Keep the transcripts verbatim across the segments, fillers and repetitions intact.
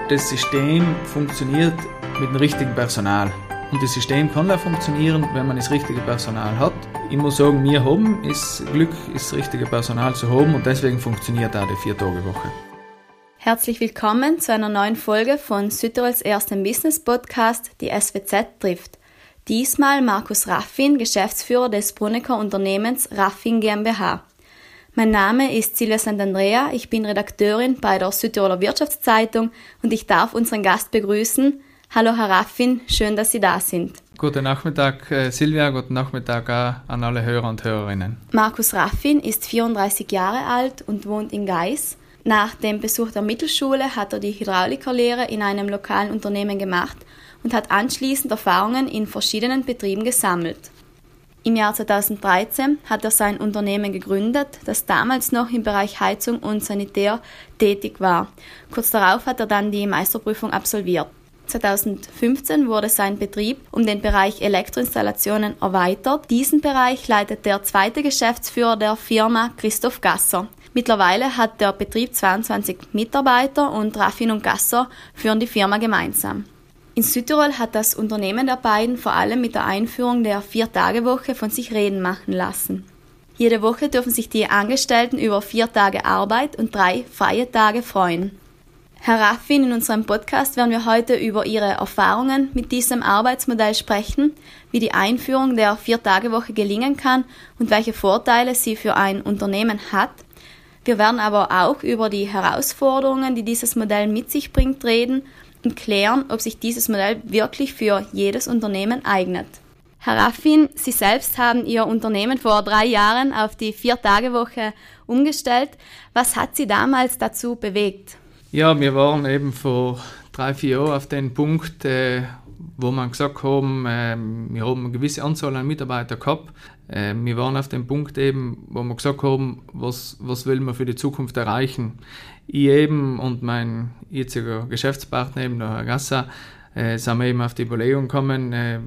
das System funktioniert mit dem richtigen Personal. Und das System kann auch funktionieren, wenn man das richtige Personal hat. Ich muss sagen, wir haben das Glück, das richtige Personal zu haben und deswegen funktioniert auch die Vier-Tage-Woche. Herzlich willkommen zu einer neuen Folge von Südtirols erstem Business-Podcast, die S W Z trifft. Diesmal Markus Raffin, Geschäftsführer des Brunnecker Unternehmens Raffin GmbH. Mein Name ist Silvia Sant'Andrea, ich bin Redakteurin bei der Südtiroler Wirtschaftszeitung und ich darf unseren Gast begrüßen. Hallo Herr Raffin, schön, dass Sie da sind. Guten Nachmittag Silvia, guten Nachmittag auch an alle Hörer und Hörerinnen. Markus Raffin ist vierunddreißig Jahre alt und wohnt in Gais. Nach dem Besuch der Mittelschule hat er die Hydraulikerlehre in einem lokalen Unternehmen gemacht und hat anschließend Erfahrungen in verschiedenen Betrieben gesammelt. Im Jahr zweitausenddreizehn hat er sein Unternehmen gegründet, das damals noch im Bereich Heizung und Sanitär tätig war. Kurz darauf hat er dann die Meisterprüfung absolviert. zweitausendfünfzehn wurde sein Betrieb um den Bereich Elektroinstallationen erweitert. Diesen Bereich leitet der zweite Geschäftsführer der Firma, Christoph Gasser. Mittlerweile hat der Betrieb zweiundzwanzig Mitarbeiter und Raffin und Gasser führen die Firma gemeinsam. In Südtirol hat das Unternehmen der beiden vor allem mit der Einführung der Vier-Tage-Woche von sich reden machen lassen. Jede Woche dürfen sich die Angestellten über vier Tage Arbeit und drei freie Tage freuen. Herr Raffin, in unserem Podcast werden wir heute über Ihre Erfahrungen mit diesem Arbeitsmodell sprechen, wie die Einführung der Vier-Tage-Woche gelingen kann und welche Vorteile sie für ein Unternehmen hat. Wir werden aber auch über die Herausforderungen, die dieses Modell mit sich bringt, reden und klären, ob sich dieses Modell wirklich für jedes Unternehmen eignet. Herr Raffin, Sie selbst haben Ihr Unternehmen vor drei Jahren auf die Vier-Tage-Woche umgestellt. Was hat Sie damals dazu bewegt? Ja, wir waren eben vor drei, vier Jahren auf den Punkt, äh, wo wir gesagt haben, äh, wir haben eine gewisse Anzahl an Mitarbeitern gehabt. Äh, wir waren auf dem Punkt eben, wo wir gesagt haben, was, was will man für die Zukunft erreichen. Ich eben und mein jetziger Geschäftspartner, eben der Herr Gasser, äh, sind wir eben auf die Überlegung gekommen, äh,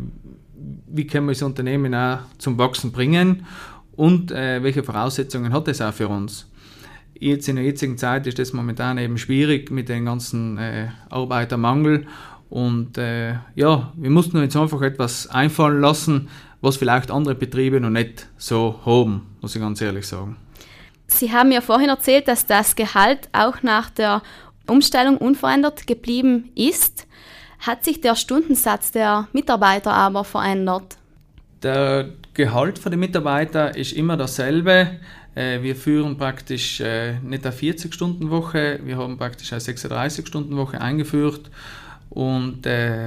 wie können wir das Unternehmen auch zum Wachsen bringen und äh, welche Voraussetzungen hat es auch für uns. Jetzt in der jetzigen Zeit ist das momentan eben schwierig mit dem ganzen äh, Arbeitermangel und äh, ja, wir mussten uns jetzt einfach etwas einfallen lassen, was vielleicht andere Betriebe noch nicht so haben, muss ich ganz ehrlich sagen. Sie haben ja vorhin erzählt, dass das Gehalt auch nach der Umstellung unverändert geblieben ist. Hat sich der Stundensatz der Mitarbeiter aber verändert? Der Gehalt für die Mitarbeiter ist immer dasselbe. Wir führen praktisch nicht eine vierzig-Stunden-Woche, wir haben praktisch eine sechsunddreißig-Stunden-Woche eingeführt und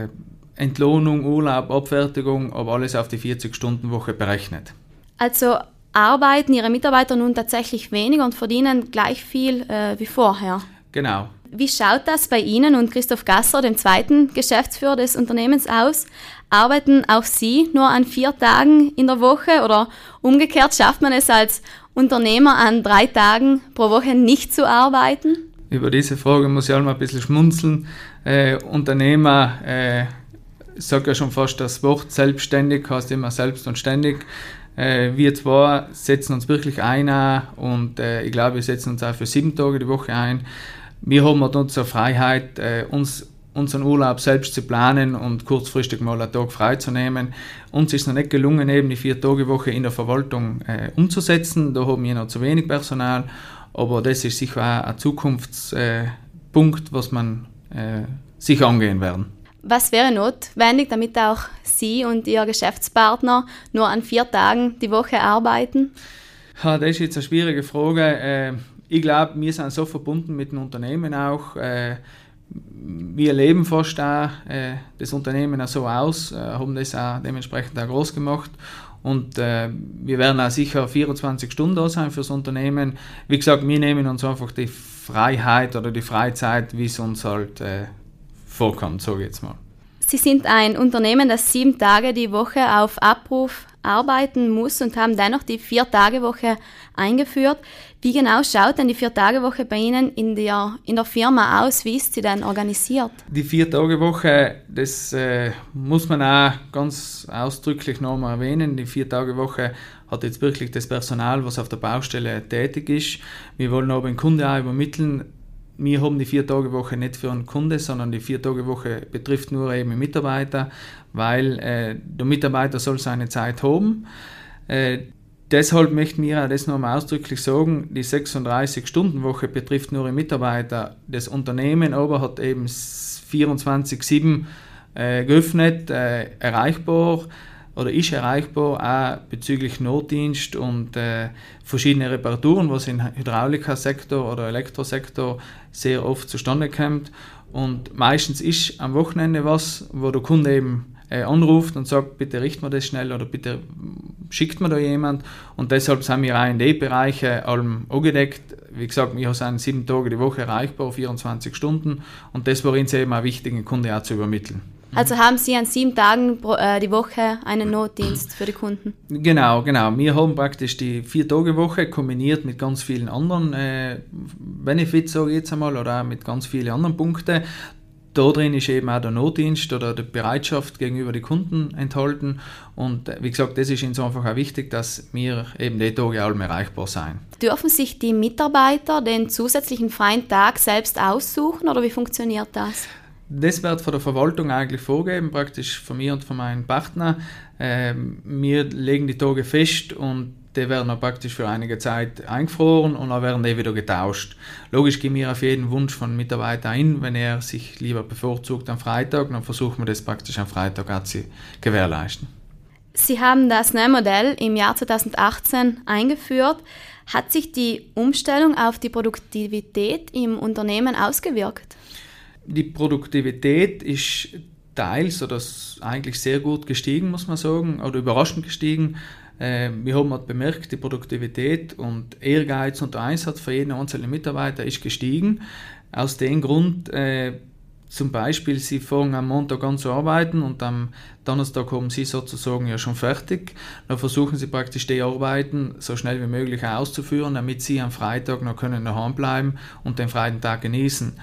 Entlohnung, Urlaub, Abfertigung, aber alles auf die vierzig-Stunden-Woche berechnet. Also arbeiten Ihre Mitarbeiter nun tatsächlich weniger und verdienen gleich viel äh, wie vorher? Genau. Wie schaut das bei Ihnen und Christoph Gasser, dem zweiten Geschäftsführer des Unternehmens, aus? Arbeiten auch Sie nur an vier Tagen in der Woche oder umgekehrt schafft man es als Unternehmer an drei Tagen pro Woche nicht zu arbeiten? Über diese Frage muss ich auch mal ein bisschen schmunzeln. Äh, Unternehmer, äh, ich sage ja schon fast das Wort selbstständig, heißt immer selbst und ständig. Äh, wir zwei setzen uns wirklich ein und äh, ich glaube, wir setzen uns auch für sieben Tage die Woche ein. Wir haben halt unsere Freiheit, äh, uns unseren Urlaub selbst zu planen und kurzfristig mal einen Tag frei zu nehmen. Uns ist noch nicht gelungen, eben die Vier-Tage-Woche in der Verwaltung äh, umzusetzen. Da haben wir noch zu wenig Personal, aber das ist sicher auch ein Zukunftspunkt, äh, was man äh, sicher angehen werden. Was wäre notwendig, damit auch Sie und Ihr Geschäftspartner nur an vier Tagen die Woche arbeiten? Ja, das ist jetzt eine schwierige Frage. Äh, ich glaube, wir sind so verbunden mit dem Unternehmen auch. Äh, wir leben fast auch äh, das Unternehmen auch so aus, äh, haben das auch dementsprechend auch groß gemacht und äh, wir werden auch sicher vierundzwanzig Stunden da sein für das Unternehmen. Wie gesagt, wir nehmen uns einfach die Freiheit oder die Freizeit, wie es uns halt äh, vorkommt, sage ich jetzt mal. Sie sind ein Unternehmen, das sieben Tage die Woche auf Abruf arbeiten muss und haben dennoch die Vier-Tage-Woche eingeführt. Wie genau schaut denn die Vier-Tage-Woche bei Ihnen in der, in der Firma aus? Wie ist sie denn organisiert? Die Vier-Tage-Woche, das äh, muss man auch ganz ausdrücklich nochmal erwähnen. Die Vier-Tage-Woche hat jetzt wirklich das Personal, was auf der Baustelle tätig ist. Wir wollen aber den Kunden auch übermitteln, wir haben die Vier-Tage-Woche nicht für einen Kunde, sondern die Vier-Tage-Woche betrifft nur eben den Mitarbeiter, weil äh, der Mitarbeiter soll seine Zeit haben. Äh, deshalb möchten wir auch das nochmal ausdrücklich sagen, die sechsunddreißig-Stunden-Woche betrifft nur den Mitarbeiter. Das Unternehmen aber hat eben vierundzwanzig sieben äh, geöffnet, äh, erreichbar oder ist erreichbar, auch bezüglich Notdienst und äh, verschiedene Reparaturen, was im Hydraulikersektor oder Elektrosektor sehr oft zustande kommt. Und meistens ist am Wochenende was, wo der Kunde eben äh, anruft und sagt, bitte richten wir das schnell oder bitte schickt mir da jemand. Und deshalb sind wir auch in den Bereichen allem angedeckt. Wie gesagt, wir sind sieben Tage die Woche erreichbar, vierundzwanzig Stunden. Und das war uns eben auch wichtig, den Kunden auch zu übermitteln. Also haben Sie an sieben Tagen pro, äh, die Woche einen Notdienst für die Kunden? Genau, genau. Wir haben praktisch die Vier-Tage-Woche kombiniert mit ganz vielen anderen äh, Benefits, sage ich jetzt einmal, oder auch mit ganz vielen anderen Punkten. Da drin ist eben auch der Notdienst oder die Bereitschaft gegenüber den Kunden enthalten. Und äh, wie gesagt, das ist uns einfach auch wichtig, dass wir eben die Tage allem erreichbar sein. Dürfen sich die Mitarbeiter den zusätzlichen freien Tag selbst aussuchen oder wie funktioniert das? Das wird von der Verwaltung eigentlich vorgegeben, praktisch von mir und von meinem Partner. Ähm, wir legen die Tage fest und die werden dann praktisch für einige Zeit eingefroren und dann werden die wieder getauscht. Logisch gehen wir auf jeden Wunsch von Mitarbeiter ein, wenn er sich lieber bevorzugt am Freitag, dann versuchen wir das praktisch am Freitag auch zu gewährleisten. Sie haben das neue Modell im Jahr zweitausendachtzehn eingeführt. Hat sich die Umstellung auf die Produktivität im Unternehmen ausgewirkt? Die Produktivität ist teils oder eigentlich sehr gut gestiegen, muss man sagen, oder überraschend gestiegen. Äh, wir haben halt bemerkt, die Produktivität und Ehrgeiz und der Einsatz für jeden einzelnen Mitarbeiter ist gestiegen. Aus dem Grund, äh, zum Beispiel, Sie fangen am Montag an zu arbeiten und am Donnerstag haben Sie sozusagen ja schon fertig. Dann versuchen Sie praktisch die Arbeiten so schnell wie möglich auszuführen, damit Sie am Freitag noch können daheim bleiben und den freien Tag genießen.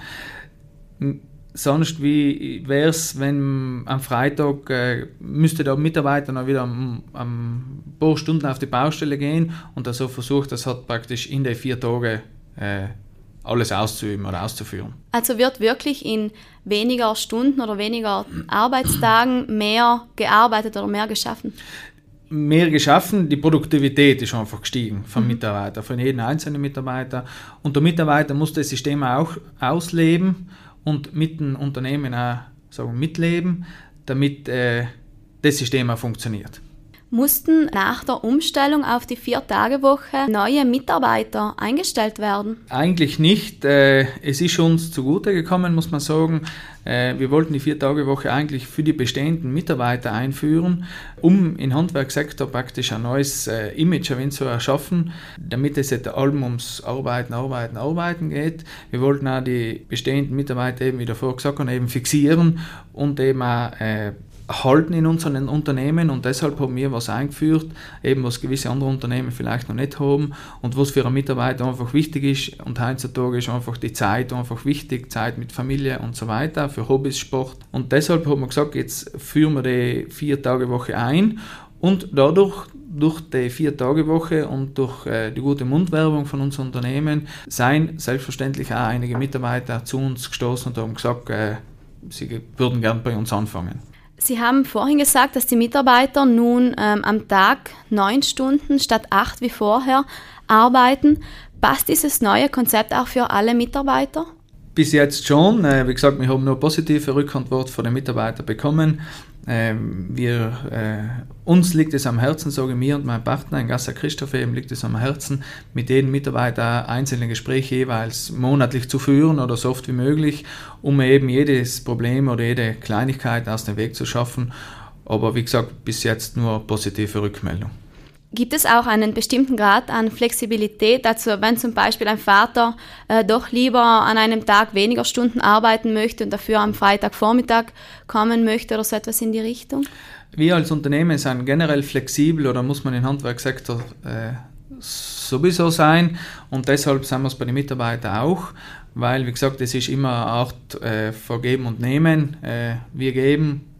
Sonst wie wäre es, wenn am Freitag äh, müsste der Mitarbeiter noch wieder ein um, paar Stunden auf die Baustelle gehen und er so versucht, das hat praktisch in den vier Tagen äh, alles auszuüben oder auszuführen. Also wird wirklich in weniger Stunden oder weniger Arbeitstagen mehr gearbeitet oder mehr geschaffen? Mehr geschaffen, die Produktivität ist einfach gestiegen vom mhm. Mitarbeiter, von jedem einzelnen Mitarbeiter. Und der Mitarbeiter muss das System auch ausleben und mit dem Unternehmen auch sagen, mitleben, damit äh, das System auch funktioniert. Mussten nach der Umstellung auf die Vier-Tage-Woche neue Mitarbeiter eingestellt werden? Eigentlich nicht. Äh, es ist uns zugute gekommen, muss man sagen. Äh, wir wollten die Vier-Tage-Woche eigentlich für die bestehenden Mitarbeiter einführen, um im Handwerkssektor praktisch ein neues äh, Image zu erschaffen, damit es nicht allem ums Arbeiten, Arbeiten, Arbeiten geht. Wir wollten auch die bestehenden Mitarbeiter eben, wie davor gesagt habe, eben fixieren und eben auch äh, halten in unseren Unternehmen und deshalb haben wir was eingeführt, eben was gewisse andere Unternehmen vielleicht noch nicht haben und was für einen Mitarbeiter einfach wichtig ist und heutzutage ist einfach die Zeit einfach wichtig, Zeit mit Familie und so weiter, für Hobbys, Sport und deshalb haben wir gesagt, jetzt führen wir die Vier-Tage-Woche ein und dadurch, durch die Vier-Tage-Woche und durch äh, die gute Mundwerbung von unseren Unternehmen, seien selbstverständlich auch einige Mitarbeiter zu uns gestoßen und haben gesagt, äh, sie würden gern bei uns anfangen. Sie haben vorhin gesagt, dass die Mitarbeiter nun ähm, am Tag neun Stunden statt acht wie vorher arbeiten. Passt dieses neue Konzept auch für alle Mitarbeiter? Bis jetzt schon. Äh, wie gesagt, wir haben nur positive Rückantwort von den Mitarbeitern bekommen. Ähm, wir, äh, uns liegt es am Herzen, sage mir und mein Partner, in Gasser Christoph, eben liegt es am Herzen, mit jedem Mitarbeiter einzelne Gespräche jeweils monatlich zu führen oder so oft wie möglich, um eben jedes Problem oder jede Kleinigkeit aus dem Weg zu schaffen. Aber wie gesagt, bis jetzt nur positive Rückmeldung. Gibt es auch einen bestimmten Grad an Flexibilität, also wenn zum Beispiel ein Vater äh, doch lieber an einem Tag weniger Stunden arbeiten möchte und dafür am Freitagvormittag kommen möchte oder so etwas in die Richtung? Wir als Unternehmen sind generell flexibel oder muss man im Handwerkssektor äh, sowieso sein und deshalb sind wir es bei den Mitarbeitern auch, weil wie gesagt, es ist immer eine Art äh, von Geben und Nehmen. Äh, wir geben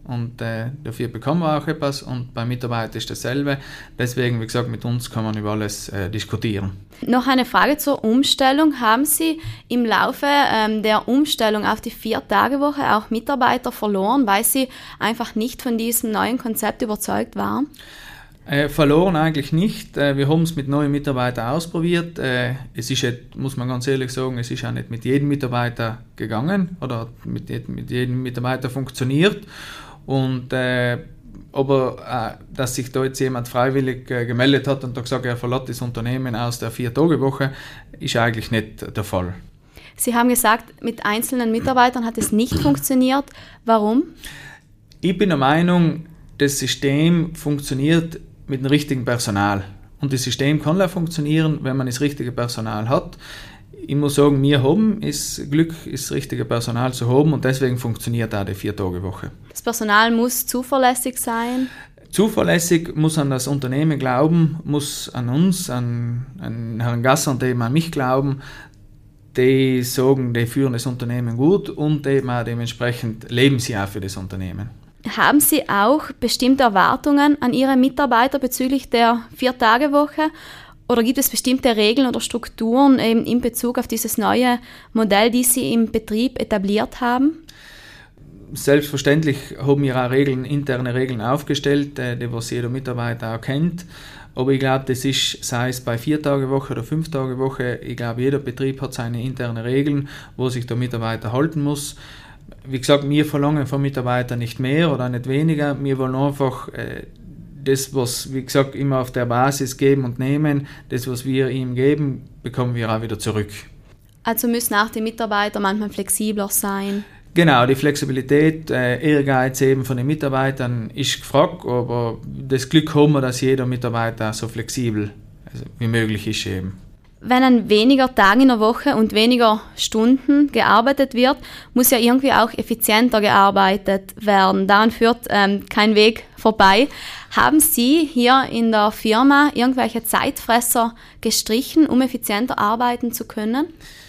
und äh, dafür bekommen wir auch etwas und bei Mitarbeitern ist dasselbe. Deswegen, wie gesagt, mit uns kann man über alles äh, diskutieren. Noch eine Frage zur Umstellung. Haben Sie im Laufe ähm, der Umstellung auf die Vier-Tage-Woche auch Mitarbeiter verloren, weil Sie einfach nicht von diesem neuen Konzept überzeugt waren? Äh, verloren eigentlich nicht. Äh, wir haben es mit neuen Mitarbeitern ausprobiert. Äh, es ist, jetzt, muss man ganz ehrlich sagen, es ist auch nicht mit jedem Mitarbeiter gegangen oder mit, jedem, mit jedem Mitarbeiter funktioniert. Und, äh, aber äh, dass sich da jetzt jemand freiwillig äh, gemeldet hat und da gesagt, er verlässt das Unternehmen aus der Vier-Tage-Woche, ist eigentlich nicht der Fall. Sie haben gesagt, mit einzelnen Mitarbeitern hat es nicht funktioniert. Warum? Ich bin der Meinung, das System funktioniert mit dem richtigen Personal. Und das System kann auch funktionieren, wenn man das richtige Personal hat. Ich muss sagen, wir haben das Glück, das richtige Personal zu haben und deswegen funktioniert auch die Vier-Tage-Woche. Das Personal muss zuverlässig sein? Zuverlässig, muss an das Unternehmen glauben, muss an uns, an, an Herrn Gasser und eben an mich glauben. Die sagen, die führen das Unternehmen gut und eben auch dementsprechend leben sie auch für das Unternehmen. Haben Sie auch bestimmte Erwartungen an Ihre Mitarbeiter bezüglich der Vier-Tage-Woche? Oder gibt es bestimmte Regeln oder Strukturen eben in Bezug auf dieses neue Modell, die Sie im Betrieb etabliert haben? Selbstverständlich haben wir auch Regeln, interne Regeln aufgestellt, die was jeder Mitarbeiter auch kennt. Aber ich glaube, das ist, sei es bei Vier-Tage-Woche oder Fünf-Tage-Woche, ich glaube, jeder Betrieb hat seine internen Regeln, wo sich der Mitarbeiter halten muss. Wie gesagt, wir verlangen von Mitarbeitern nicht mehr oder nicht weniger. Wir wollen einfach äh, das, was, wie gesagt, immer auf der Basis geben und nehmen, das, was wir ihm geben, bekommen wir auch wieder zurück. Also müssen auch die Mitarbeiter manchmal flexibler sein? Genau, die Flexibilität, äh, Ehrgeiz eben von den Mitarbeitern ist gefragt, aber das Glück haben wir, dass jeder Mitarbeiter so flexibel also wie möglich ist eben. Wenn an weniger Tagen in der Woche und weniger Stunden gearbeitet wird, muss ja irgendwie auch effizienter gearbeitet werden. Daran führt ähm, kein Weg vorbei. Haben Sie hier in der Firma irgendwelche Zeitfresser gestrichen, um effizienter arbeiten zu können?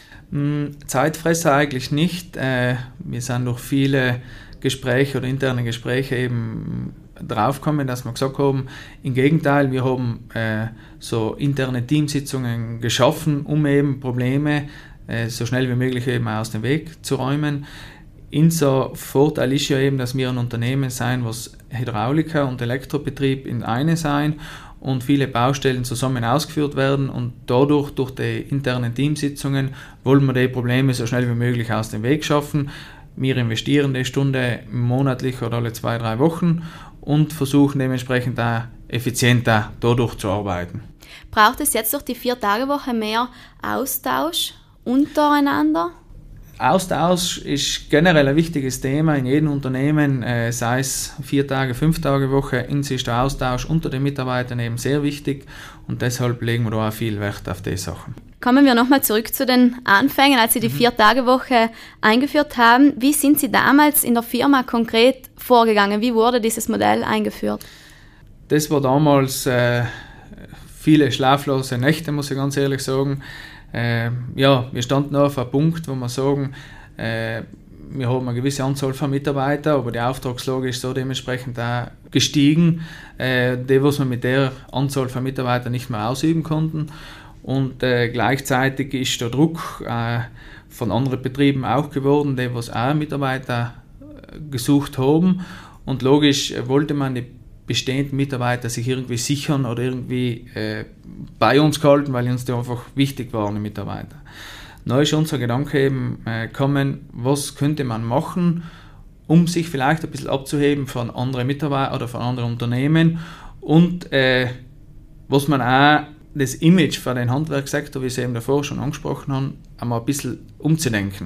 Zeitfresser eigentlich nicht. Äh, wir sind durch viele Gespräche oder interne Gespräche eben draufgekommen, dass wir gesagt haben, im Gegenteil, wir haben äh, so interne Teamsitzungen geschaffen, um eben Probleme äh, so schnell wie möglich eben aus dem Weg zu räumen. Unser Vorteil ist ja eben, dass wir ein Unternehmen sein, was Hydrauliker und Elektrobetrieb in eine sein und viele Baustellen zusammen ausgeführt werden und dadurch, durch die internen Teamsitzungen, wollen wir die Probleme so schnell wie möglich aus dem Weg schaffen. Wir investieren die Stunde monatlich oder alle zwei, drei Wochen und versuchen dementsprechend auch effizienter dadurch zu arbeiten. Braucht es jetzt durch die Vier-Tage-Woche mehr Austausch untereinander? Austausch ist generell ein wichtiges Thema in jedem Unternehmen, äh, sei es vier Tage, fünf Tage Woche. Uns ist der Austausch unter den Mitarbeitern eben sehr wichtig und deshalb legen wir da auch viel Wert auf diese Sachen. Kommen wir nochmal zurück zu den Anfängen, als Sie die mhm. Vier-Tage-Woche eingeführt haben. Wie sind Sie damals in der Firma konkret vorgegangen? Wie wurde dieses Modell eingeführt? Das war damals äh, viele schlaflose Nächte, muss ich ganz ehrlich sagen. Äh, ja, wir standen auf einem Punkt, wo wir sagen, äh, wir haben eine gewisse Anzahl von Mitarbeitern, aber die Auftragslage ist so dementsprechend auch gestiegen, äh, die, was wir mit der Anzahl von Mitarbeitern nicht mehr ausüben konnten. Und äh, gleichzeitig ist der Druck äh, von anderen Betrieben auch geworden, die was auch Mitarbeiter gesucht haben. Und logisch äh, wollte man die bestehenden Mitarbeiter sich irgendwie sichern oder irgendwie äh, bei uns gehalten, weil uns die einfach wichtig waren, die Mitarbeiter. Neu ist unser Gedanke eben äh, kommen, was könnte man machen, um sich vielleicht ein bisschen abzuheben von anderen Mitarbeitern oder von anderen Unternehmen und äh, was man auch das Image für den Handwerkssektor, wie Sie eben davor schon angesprochen haben, einmal ein bisschen umzudenken.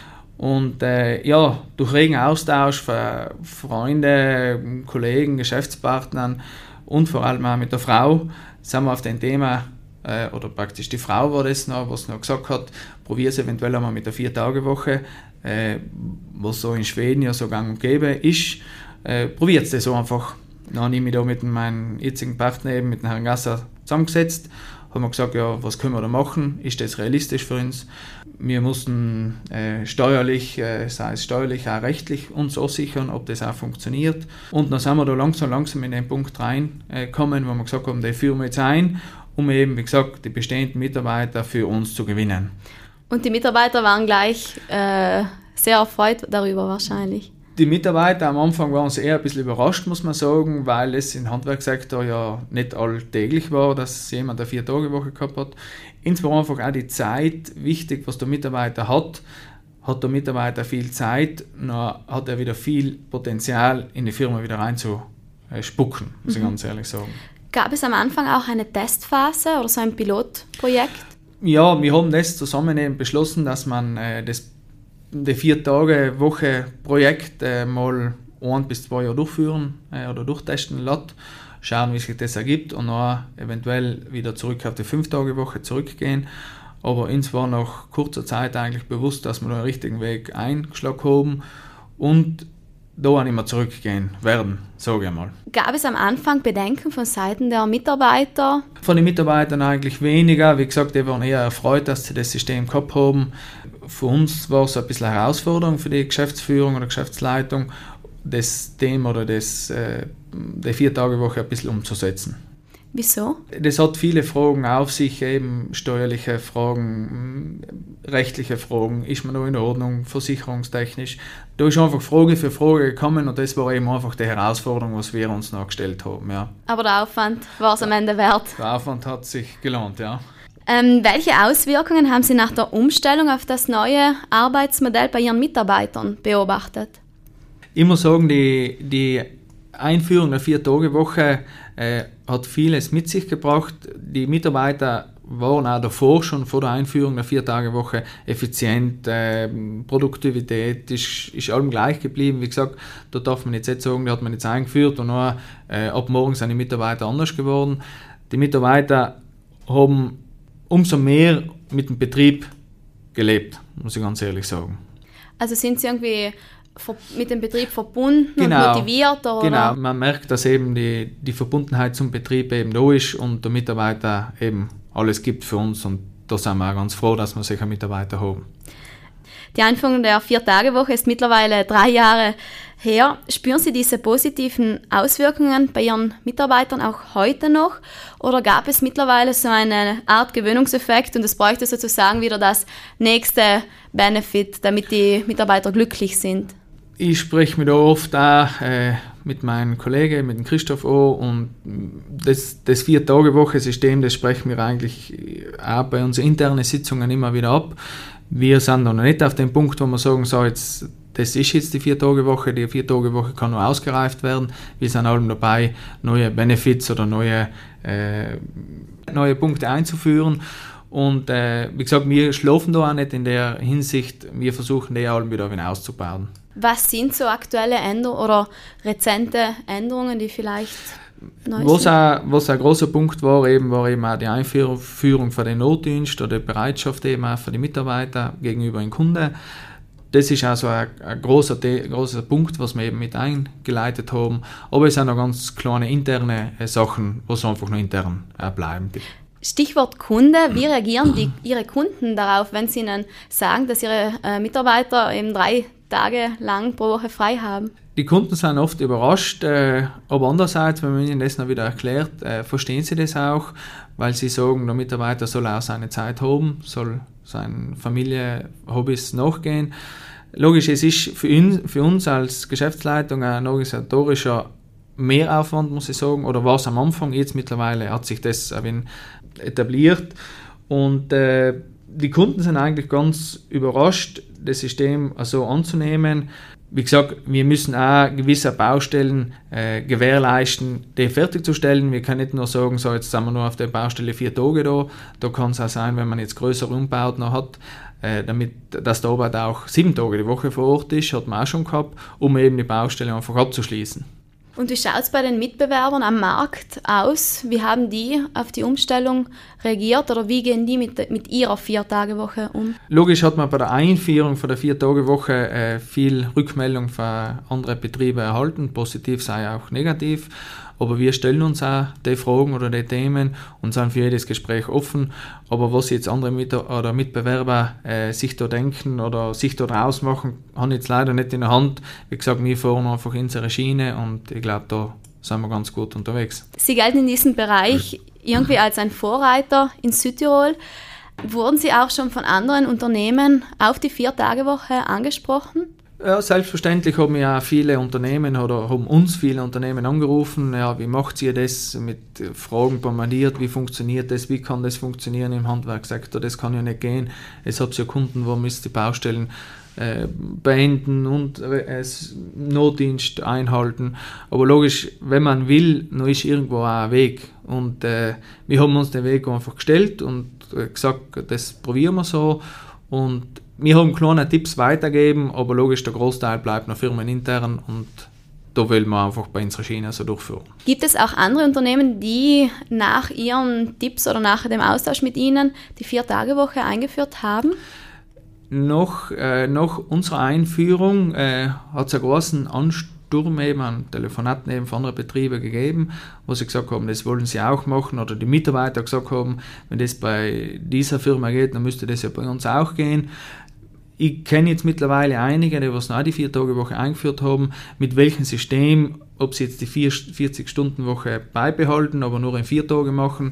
Und äh, ja, durch regen Austausch von Freunden, Kollegen, Geschäftspartnern und vor allem auch mit der Frau sind wir auf dem Thema, äh, oder praktisch die Frau war das noch, was noch gesagt hat, probier es eventuell einmal mit der Vier-Tage-Woche, äh, was so in Schweden ja so gang und gäbe ist, äh, probiert es das so einfach. Dann habe ich mich da mit meinem jetzigen Partner, eben mit dem Herrn Gasser, zusammengesetzt haben wir gesagt, ja, was können wir da machen? Ist das realistisch für uns? Wir mussten äh, steuerlich, äh, sei es steuerlich, auch rechtlich uns auch sichern, ob das auch funktioniert. Und dann sind wir da langsam, langsam in den Punkt reingekommen, äh, wo wir gesagt haben, den führen wir jetzt ein, um eben, wie gesagt, die bestehenden Mitarbeiter für uns zu gewinnen. Und die Mitarbeiter waren gleich äh, sehr erfreut darüber wahrscheinlich. Die Mitarbeiter am Anfang waren sie eher ein bisschen überrascht, muss man sagen, weil es im Handwerkssektor ja nicht alltäglich war, dass jemand eine Vier-Tage-Woche gehabt hat. Uns war einfach auch die Zeit wichtig, was der Mitarbeiter hat. Hat der Mitarbeiter viel Zeit, dann hat er wieder viel Potenzial, in die Firma wieder reinzuspucken, muss ich mhm. ganz ehrlich sagen. Gab es am Anfang auch eine Testphase oder so ein Pilotprojekt? Ja, wir haben das zusammen eben beschlossen, dass man äh, das die Vier-Tage-Woche-Projekt äh, mal ein bis zwei Jahre durchführen äh, oder durchtesten lässt, schauen, wie sich das ergibt und dann eventuell wieder zurück auf die Fünf-Tage-Woche zurückgehen. Aber uns war nach kurzer Zeit eigentlich bewusst, dass wir den richtigen Weg eingeschlagen haben und da auch nicht mehr zurückgehen werden, sage ich mal. Gab es am Anfang Bedenken von Seiten der Mitarbeiter? Von den Mitarbeitern eigentlich weniger. Wie gesagt, die waren eher erfreut, dass sie das System gehabt haben. Für uns war es ein bisschen eine Herausforderung für die Geschäftsführung oder Geschäftsleitung, das Thema oder das, äh, die Vier-Tage-Woche ein bisschen umzusetzen. Wieso? Das hat viele Fragen auf sich, eben steuerliche Fragen, rechtliche Fragen, ist man noch in Ordnung, versicherungstechnisch. Da ist einfach Frage für Frage gekommen und das war eben einfach die Herausforderung, was wir uns noch gestellt haben. Ja. Aber der Aufwand war es am Ende wert? Der Aufwand hat sich gelohnt, ja. Ähm, welche Auswirkungen haben Sie nach der Umstellung auf das neue Arbeitsmodell bei Ihren Mitarbeitern beobachtet? Ich muss sagen, die, die Einführung der Vier-Tage-Woche äh, hat vieles mit sich gebracht. Die Mitarbeiter waren auch davor, schon vor der Einführung der Vier-Tage-Woche, effizient. Äh, Produktivität ist, ist allem gleich geblieben. Wie gesagt, da darf man jetzt nicht sagen, die hat man jetzt eingeführt und dann, äh, ab morgen sind die Mitarbeiter anders geworden. Die Mitarbeiter haben umso mehr mit dem Betrieb gelebt, muss ich ganz ehrlich sagen. Also sind Sie irgendwie mit dem Betrieb verbunden genau, und motiviert? Oder? Genau, man merkt, dass eben die, die Verbundenheit zum Betrieb eben da ist und der Mitarbeiter eben alles gibt für uns und da sind wir auch ganz froh, dass wir solche Mitarbeiter haben. Die Einführung der Vier-Tage-Woche ist mittlerweile drei Jahre her. Spüren Sie diese positiven Auswirkungen bei Ihren Mitarbeitern auch heute noch? Oder gab es mittlerweile so eine Art Gewöhnungseffekt und es bräuchte sozusagen wieder das nächste Benefit, damit die Mitarbeiter glücklich sind? Ich spreche mich da oft auch äh, mit meinen Kollegen, mit dem Christoph auch und das, das Vier-Tage-Woche-System, das sprechen wir eigentlich auch bei unseren internen Sitzungen immer wieder ab. Wir sind noch nicht auf dem Punkt, wo wir sagen, so jetzt, das ist jetzt die Vier-Tage-Woche, die Vier-Tage-Woche kann noch ausgereift werden. Wir sind allem dabei, neue Benefits oder neue, äh, neue Punkte einzuführen. Und äh, wie gesagt, wir schlafen da auch nicht in der Hinsicht, wir versuchen die allem wieder auszubauen. Was sind so aktuelle Änderungen oder rezente Änderungen, die vielleicht neu was sind? Auch, was ein großer Punkt war, eben, war eben auch die Einführung von den Notdienst oder die Bereitschaft eben auch für die Mitarbeiter gegenüber den Kunden. Das ist also ein, ein großer, großer Punkt, was wir eben mit eingeleitet haben. Aber es sind auch ganz kleine interne äh, Sachen, was einfach nur intern äh, bleiben. Stichwort Kunde. Wie reagieren die, Ihre Kunden darauf, wenn Sie ihnen sagen, dass Ihre äh, Mitarbeiter eben drei Tage lang pro Woche frei haben? Die Kunden sind oft überrascht, äh, aber andererseits, wenn man ihnen das noch wieder erklärt, äh, verstehen sie das auch, weil sie sagen, der Mitarbeiter soll auch seine Zeit haben, soll seinen Familie, Hobbys nachgehen. Logisch, es ist für, ihn, für uns als Geschäftsleitung ein organisatorischer Mehraufwand, muss ich sagen, oder war es am Anfang, jetzt mittlerweile hat sich das ein wenig etabliert und äh, die Kunden sind eigentlich ganz überrascht, das System so anzunehmen. Wie gesagt, wir müssen auch gewisse Baustellen äh, gewährleisten, die fertigzustellen. Wir können nicht nur sagen, so jetzt sind wir nur auf der Baustelle vier Tage da. Da kann es auch sein, wenn man jetzt größere Umbauten hat, äh, damit, dass der Arbeit auch sieben Tage die Woche vor Ort ist, hat man auch schon gehabt, um eben die Baustelle einfach abzuschließen. Und wie schaut es bei den Mitbewerbern am Markt aus? Wie haben die auf die Umstellung reagiert oder wie gehen die mit, mit ihrer Vier-Tage-Woche um? Logisch hat man bei der Einführung von der Vier-Tage-Woche äh, viel Rückmeldung von anderen Betrieben erhalten, positiv sei auch negativ. aber wir stellen uns auch die Fragen oder die Themen und sind für jedes Gespräch offen. Aber was jetzt andere Mit- oder Mitbewerber äh, sich da denken oder sich da draus machen, habe ich jetzt leider nicht in der Hand. Wie gesagt, wir fahren einfach unsere Schiene und ich glaube, da sind wir ganz gut unterwegs. Sie gelten in diesem Bereich irgendwie als ein Vorreiter in Südtirol. Wurden Sie auch schon von anderen Unternehmen auf die Vier-Tage-Woche angesprochen? Ja, selbstverständlich haben ja viele Unternehmen oder haben uns viele Unternehmen angerufen. Ja, wie macht ihr das? Mit Fragen bombardiert, wie funktioniert das? Wie kann das funktionieren im Handwerkssektor? Das kann ja nicht gehen. Es hat ja Kunden, wo müsst die Baustellen äh, beenden und äh, Notdienst einhalten. Aber logisch, wenn man will, dann ist irgendwo auch ein Weg. Und äh, wir haben uns den Weg einfach gestellt und äh, gesagt, das probieren wir so. Und wir haben kleine Tipps weitergeben, aber logisch, der Großteil bleibt noch firmenintern und da wollen wir einfach bei unserer Schiene so durchführen. Gibt es auch andere Unternehmen, die nach Ihren Tipps oder nach dem Austausch mit Ihnen die Vier-Tage-Woche eingeführt haben? Nach, äh, nach unserer Einführung äh, hat es einen großen Ansturm eben an Telefonaten eben von anderen Betrieben gegeben, wo sie gesagt haben, das wollen sie auch machen, oder die Mitarbeiter gesagt haben, wenn das bei dieser Firma geht, dann müsste das ja bei uns auch gehen. Ich kenne jetzt mittlerweile einige, die was noch die Vier-Tage-Woche eingeführt haben, mit welchem System, ob sie jetzt die vierzig-Stunden-Woche beibehalten, aber nur in vier Tage machen.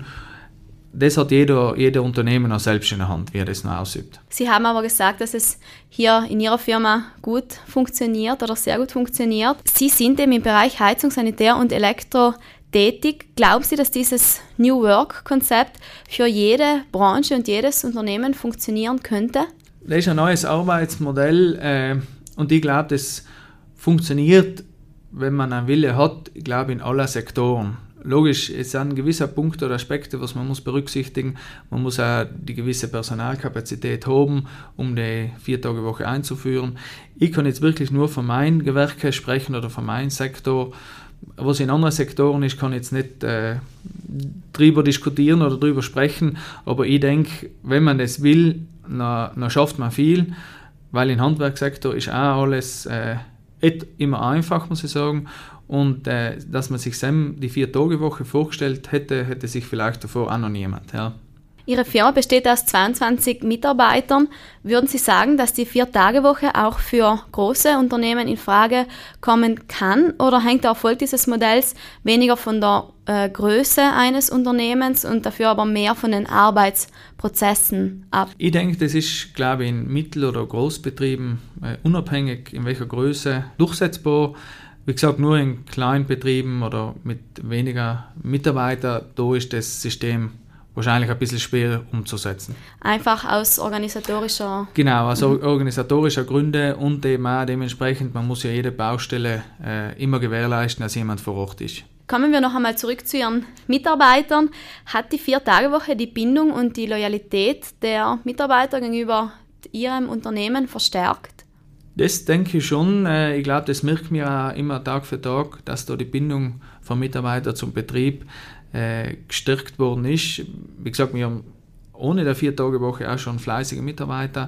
Das hat jeder, jeder Unternehmer selbst in der Hand, wie er das noch ausübt. Sie haben aber gesagt, dass es hier in Ihrer Firma gut funktioniert oder sehr gut funktioniert. Sie sind eben im Bereich Heizung, Sanitär und Elektro tätig. Glauben Sie, dass dieses New Work-Konzept für jede Branche und jedes Unternehmen funktionieren könnte? Das ist ein neues Arbeitsmodell äh, und ich glaube, das funktioniert, wenn man einen Wille hat, ich glaube, in allen Sektoren. Logisch, es sind gewisse Punkte oder Aspekte, was man muss berücksichtigen. Man muss auch die gewisse Personalkapazität haben, um die Vier-Tage-Woche einzuführen. Ich kann jetzt wirklich nur von meinen Gewerken sprechen oder von meinem Sektor. Was in anderen Sektoren ist, kann ich jetzt nicht äh, drüber diskutieren oder drüber sprechen. Aber ich denke, wenn man das will, dann, dann schafft man viel, weil im Handwerkssektor ist auch alles äh, nicht immer einfach, muss ich sagen. Und äh, dass man sich die Vier-Tage-Woche vorgestellt hätte, hätte sich vielleicht davor auch noch niemand. Ja. Ihre Firma besteht aus zweiundzwanzig Mitarbeitern. Würden Sie sagen, dass die Vier-Tage-Woche auch für große Unternehmen in Frage kommen kann? Oder hängt der Erfolg dieses Modells weniger von der äh, Größe eines Unternehmens und dafür aber mehr von den Arbeitsprozessen ab? Ich denke, das ist, glaube ich, in Mittel- oder Großbetrieben äh, unabhängig, in welcher Größe durchsetzbar. Wie gesagt, nur in Kleinbetrieben oder mit weniger Mitarbeitern, da ist das System wahrscheinlich ein bisschen schwer umzusetzen. Einfach aus organisatorischer... Genau, aus mhm. organisatorischer Gründe und eben auch dementsprechend, man muss ja jede Baustelle äh, immer gewährleisten, dass jemand vor Ort ist. Kommen wir noch einmal zurück zu Ihren Mitarbeitern. Hat die Vier-Tage-Woche die Bindung und die Loyalität der Mitarbeiter gegenüber Ihrem Unternehmen verstärkt? Das denke ich schon. Ich glaube, das merkt man ja immer Tag für Tag, dass da die Bindung von Mitarbeitern zum Betrieb äh, gestärkt worden ist. Wie gesagt, wir haben ohne der Vier-Tage-Woche auch schon fleißige Mitarbeiter,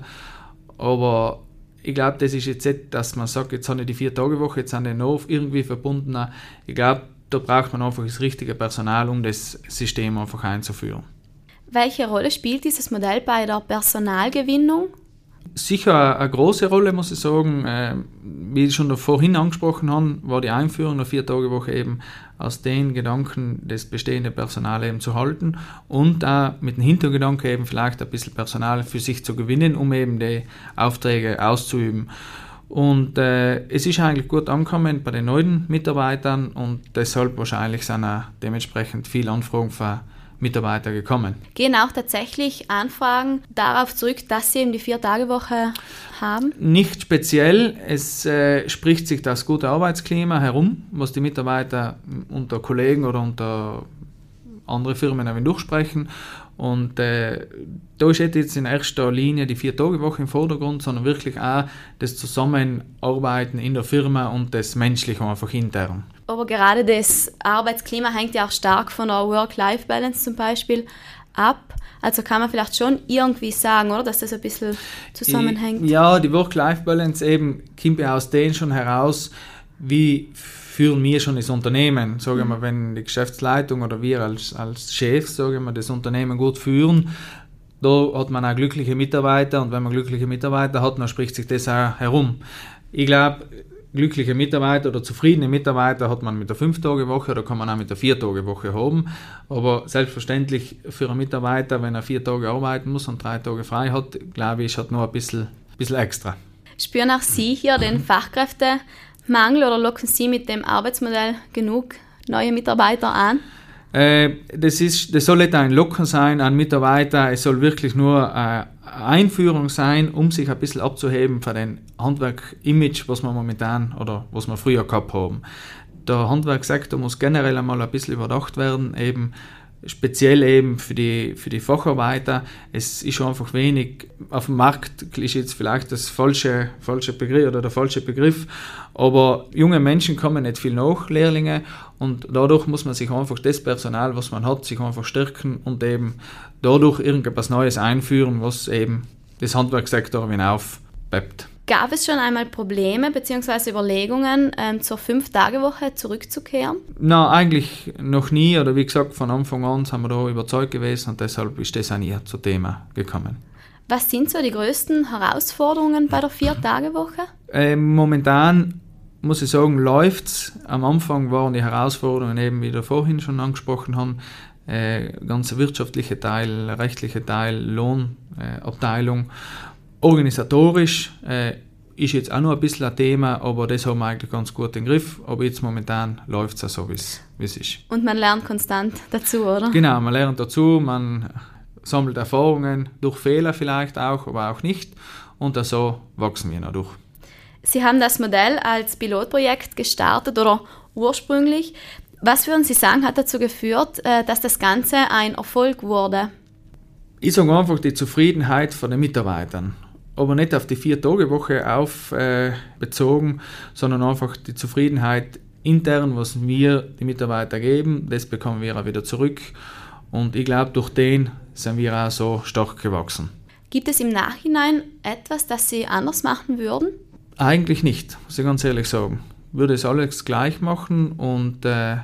aber ich glaube, das ist jetzt nicht, dass man sagt, jetzt habe ich die Vier-Tage-Woche, jetzt sind die noch irgendwie verbunden. Ich glaube, da braucht man einfach das richtige Personal, um das System einfach einzuführen. Welche Rolle spielt dieses Modell bei der Personalgewinnung? Sicher eine große Rolle, muss ich sagen. Äh, wie ich schon vorhin angesprochen habe, war die Einführung der Vier-Tage-Woche eben aus den Gedanken, das bestehende Personal eben zu halten und auch mit dem Hintergedanken eben vielleicht ein bisschen Personal für sich zu gewinnen, um eben die Aufträge auszuüben. Und äh, es ist eigentlich gut angekommen bei den neuen Mitarbeitern und deshalb wahrscheinlich sind auch dementsprechend viele Anfragen für Mitarbeiter gekommen. Gehen auch tatsächlich Anfragen darauf zurück, dass Sie eben die Vier-Tage-Woche haben? Nicht speziell. Es äh, spricht sich das gute Arbeitsklima herum, was die Mitarbeiter unter Kollegen oder unter andere Firmen auch durchsprechen. Und äh, da steht jetzt in erster Linie die Vier-Tage-Woche im Vordergrund, sondern wirklich auch das Zusammenarbeiten in der Firma und das Menschliche einfach intern. Aber gerade das Arbeitsklima hängt ja auch stark von der Work-Life-Balance zum Beispiel ab. Also kann man vielleicht schon irgendwie sagen, oder, dass das ein bisschen zusammenhängt? Ja, die Work-Life-Balance eben kommt ja aus denen schon heraus, wie führen wir schon das Unternehmen. Sagen wir, wenn die Geschäftsleitung oder wir als, als Chef, sagen wir, das Unternehmen gut führen, da hat man auch glückliche Mitarbeiter und wenn man glückliche Mitarbeiter hat, dann spricht sich das auch herum. Ich glaube, glückliche Mitarbeiter oder zufriedene Mitarbeiter hat man mit der fünf-Tage-Woche oder kann man auch mit der vier-Tage-Woche haben. Aber selbstverständlich für einen Mitarbeiter, wenn er vier Tage arbeiten muss und drei Tage frei hat, glaube ich, hat noch ein bisschen, bisschen extra. Spüren auch Sie hier den Fachkräftemangel oder locken Sie mit dem Arbeitsmodell genug neue Mitarbeiter an? Äh, das, ist, das soll nicht ein Locken sein an Mitarbeiter, es soll wirklich nur eine Einführung sein, um sich ein bisschen abzuheben von dem Handwerk-Image, was wir momentan oder was wir früher gehabt haben. Der Handwerkssektor muss generell einmal ein bisschen überdacht werden, eben speziell eben für die, für die Facharbeiter. Es ist einfach wenig auf dem Markt, ist jetzt vielleicht das falsche, falsche Begriff oder der falsche Begriff, aber junge Menschen kommen nicht viel nach, Lehrlinge, und dadurch muss man sich einfach das Personal, was man hat, sich einfach stärken und eben dadurch irgendetwas Neues einführen, was eben das Handwerkssektor wieder aufpept. Gab es schon einmal Probleme bzw. Überlegungen, ähm, zur Fünf-Tage-Woche zurückzukehren? Nein, eigentlich noch nie. Oder wie gesagt, von Anfang an sind wir da überzeugt gewesen und deshalb ist das auch nie zum Thema gekommen. Was sind so die größten Herausforderungen bei der Vier-Tage-Woche? Äh, momentan muss ich sagen, läuft es. Am Anfang waren die Herausforderungen eben, wie wir vorhin schon angesprochen haben, äh, ganze wirtschaftliche Teil, rechtliche Teil, Lohnabteilung. Äh, Organisatorisch äh, ist jetzt auch noch ein bisschen ein Thema, aber das haben wir eigentlich ganz gut im Griff. Aber jetzt momentan läuft es auch so, wie es ist. Und man lernt konstant dazu, oder? Genau, man lernt dazu, man sammelt Erfahrungen, durch Fehler vielleicht auch, aber auch nicht. Und so wachsen wir dadurch. Sie haben das Modell als Pilotprojekt gestartet oder ursprünglich. Was würden Sie sagen, hat dazu geführt, dass das Ganze ein Erfolg wurde? Ich sage einfach die Zufriedenheit von den Mitarbeitern. Aber nicht auf die Vier-Tage-Woche auf, äh, bezogen, sondern einfach die Zufriedenheit intern, was wir die Mitarbeiter geben, das bekommen wir auch wieder zurück. Und ich glaube, durch den sind wir auch so stark gewachsen. Gibt es im Nachhinein etwas, das Sie anders machen würden? Eigentlich nicht, muss ich ganz ehrlich sagen. Ich würde es alles gleich machen und äh,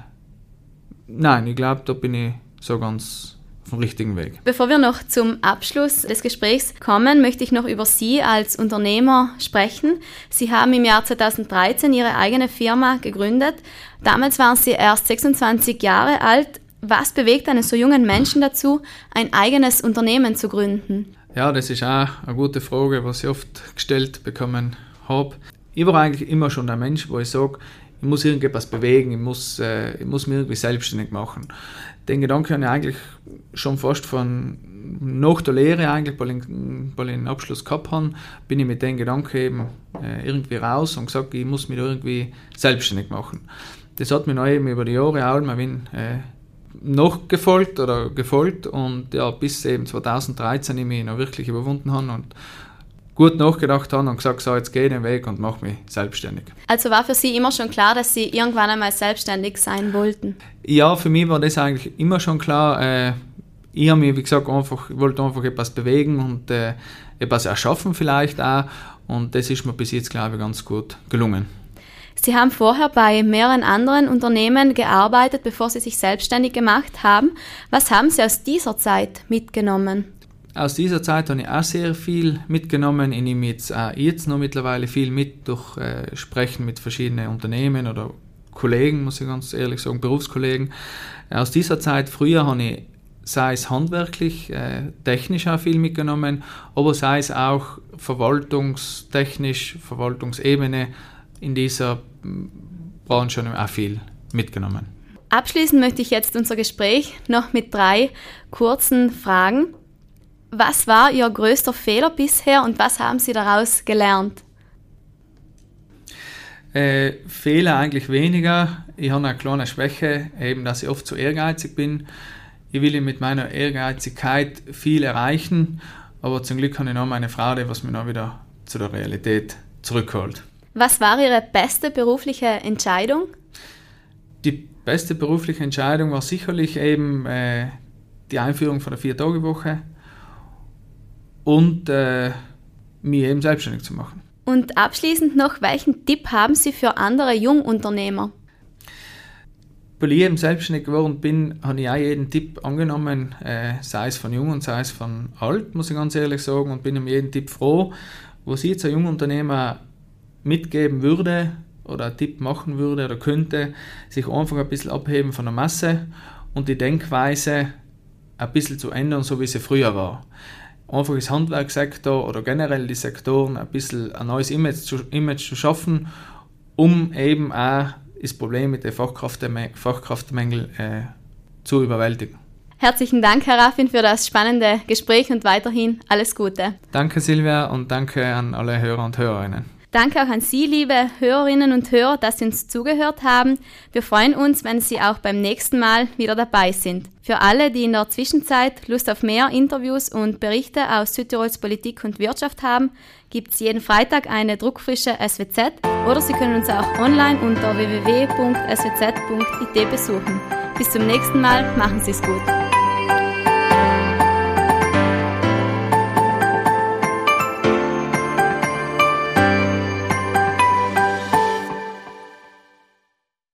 nein, ich glaube, da bin ich so ganz vom richtigen Weg. Bevor wir noch zum Abschluss des Gesprächs kommen, möchte ich noch über Sie als Unternehmer sprechen. Sie haben im Jahr zweitausenddreizehn Ihre eigene Firma gegründet. Damals waren Sie erst sechsundzwanzig Jahre alt. Was bewegt einen so jungen Menschen dazu, ein eigenes Unternehmen zu gründen? Ja, das ist auch eine gute Frage, was ich oft gestellt bekommen habe. Ich war eigentlich immer schon der Mensch, wo ich sage, ich muss irgendetwas bewegen, ich muss, äh, ich muss mich irgendwie selbstständig machen. Den Gedanken habe ich eigentlich schon fast von nach der Lehre, eigentlich, weil ich, weil ich einen Abschluss gehabt habe, bin ich mit dem Gedanken eben äh, irgendwie raus und gesagt, ich muss mich da irgendwie selbstständig machen. Das hat mir noch eben über die Jahre auch mal äh, nachgefolgt oder gefolgt und ja, bis eben zweitausenddreizehn ich mich noch wirklich überwunden habe und gut nachgedacht habe und gesagt, so, jetzt gehe ich den Weg und mache mich selbstständig. Also war für Sie immer schon klar, dass Sie irgendwann einmal selbstständig sein wollten? Ja, für mich war das eigentlich immer schon klar. Äh, ich habe mich, wie gesagt, einfach, ich wollte einfach etwas bewegen und äh, etwas erschaffen vielleicht auch. Und das ist mir bis jetzt, glaube ich, ganz gut gelungen. Sie haben vorher bei mehreren anderen Unternehmen gearbeitet, bevor Sie sich selbstständig gemacht haben. Was haben Sie aus dieser Zeit mitgenommen? Aus dieser Zeit habe ich auch sehr viel mitgenommen. Ich nehme jetzt auch jetzt noch mittlerweile viel mit durch äh, Sprechen mit verschiedenen Unternehmen oder Kollegen, muss ich ganz ehrlich sagen, Berufskollegen. Aus dieser Zeit früher habe ich, sei es handwerklich, äh, technisch auch viel mitgenommen, aber sei es auch verwaltungstechnisch, Verwaltungsebene in dieser Branche auch viel mitgenommen. Abschließend möchte ich jetzt unser Gespräch noch mit drei kurzen Fragen. Was war Ihr größter Fehler bisher und was haben Sie daraus gelernt? Äh, Fehler eigentlich weniger. Ich habe eine kleine Schwäche, eben, dass ich oft zu ehrgeizig bin. Ich will mit meiner Ehrgeizigkeit viel erreichen, aber zum Glück habe ich noch meine Frau, was mich noch wieder zu der Realität zurückholt. Was war Ihre beste berufliche Entscheidung? Die beste berufliche Entscheidung war sicherlich eben äh, die Einführung von der Vier-Tage-Woche. Und äh, mich eben selbstständig zu machen. Und abschließend noch, welchen Tipp haben Sie für andere Jungunternehmer? weil ich eben selbstständig geworden bin, habe ich auch jeden Tipp angenommen, äh, sei es von jung und sei es von alt, muss ich ganz ehrlich sagen, und bin um jeden Tipp froh, was ich jetzt ein junger Unternehmer mitgeben würde oder einen Tipp machen würde oder könnte, sich einfach ein bisschen abheben von der Masse und die Denkweise ein bisschen zu ändern, so wie sie früher war. Einfach das Handwerkssektor oder generell die Sektoren ein bisschen ein neues Image zu, Image zu schaffen, um eben auch das Problem mit den Fachkraftmängeln äh, zu überwältigen. Herzlichen Dank, Herr Raffin, für das spannende Gespräch und weiterhin alles Gute. Danke, Silvia, und danke an alle Hörer und Hörerinnen. Danke auch an Sie, liebe Hörerinnen und Hörer, dass Sie uns zugehört haben. Wir freuen uns, wenn Sie auch beim nächsten Mal wieder dabei sind. Für alle, die in der Zwischenzeit Lust auf mehr Interviews und Berichte aus Südtirols Politik und Wirtschaft haben, gibt es jeden Freitag eine druckfrische S W Z oder Sie können uns auch online unter w w w punkt s w z punkt i t besuchen. Bis zum nächsten Mal, machen Sie es gut.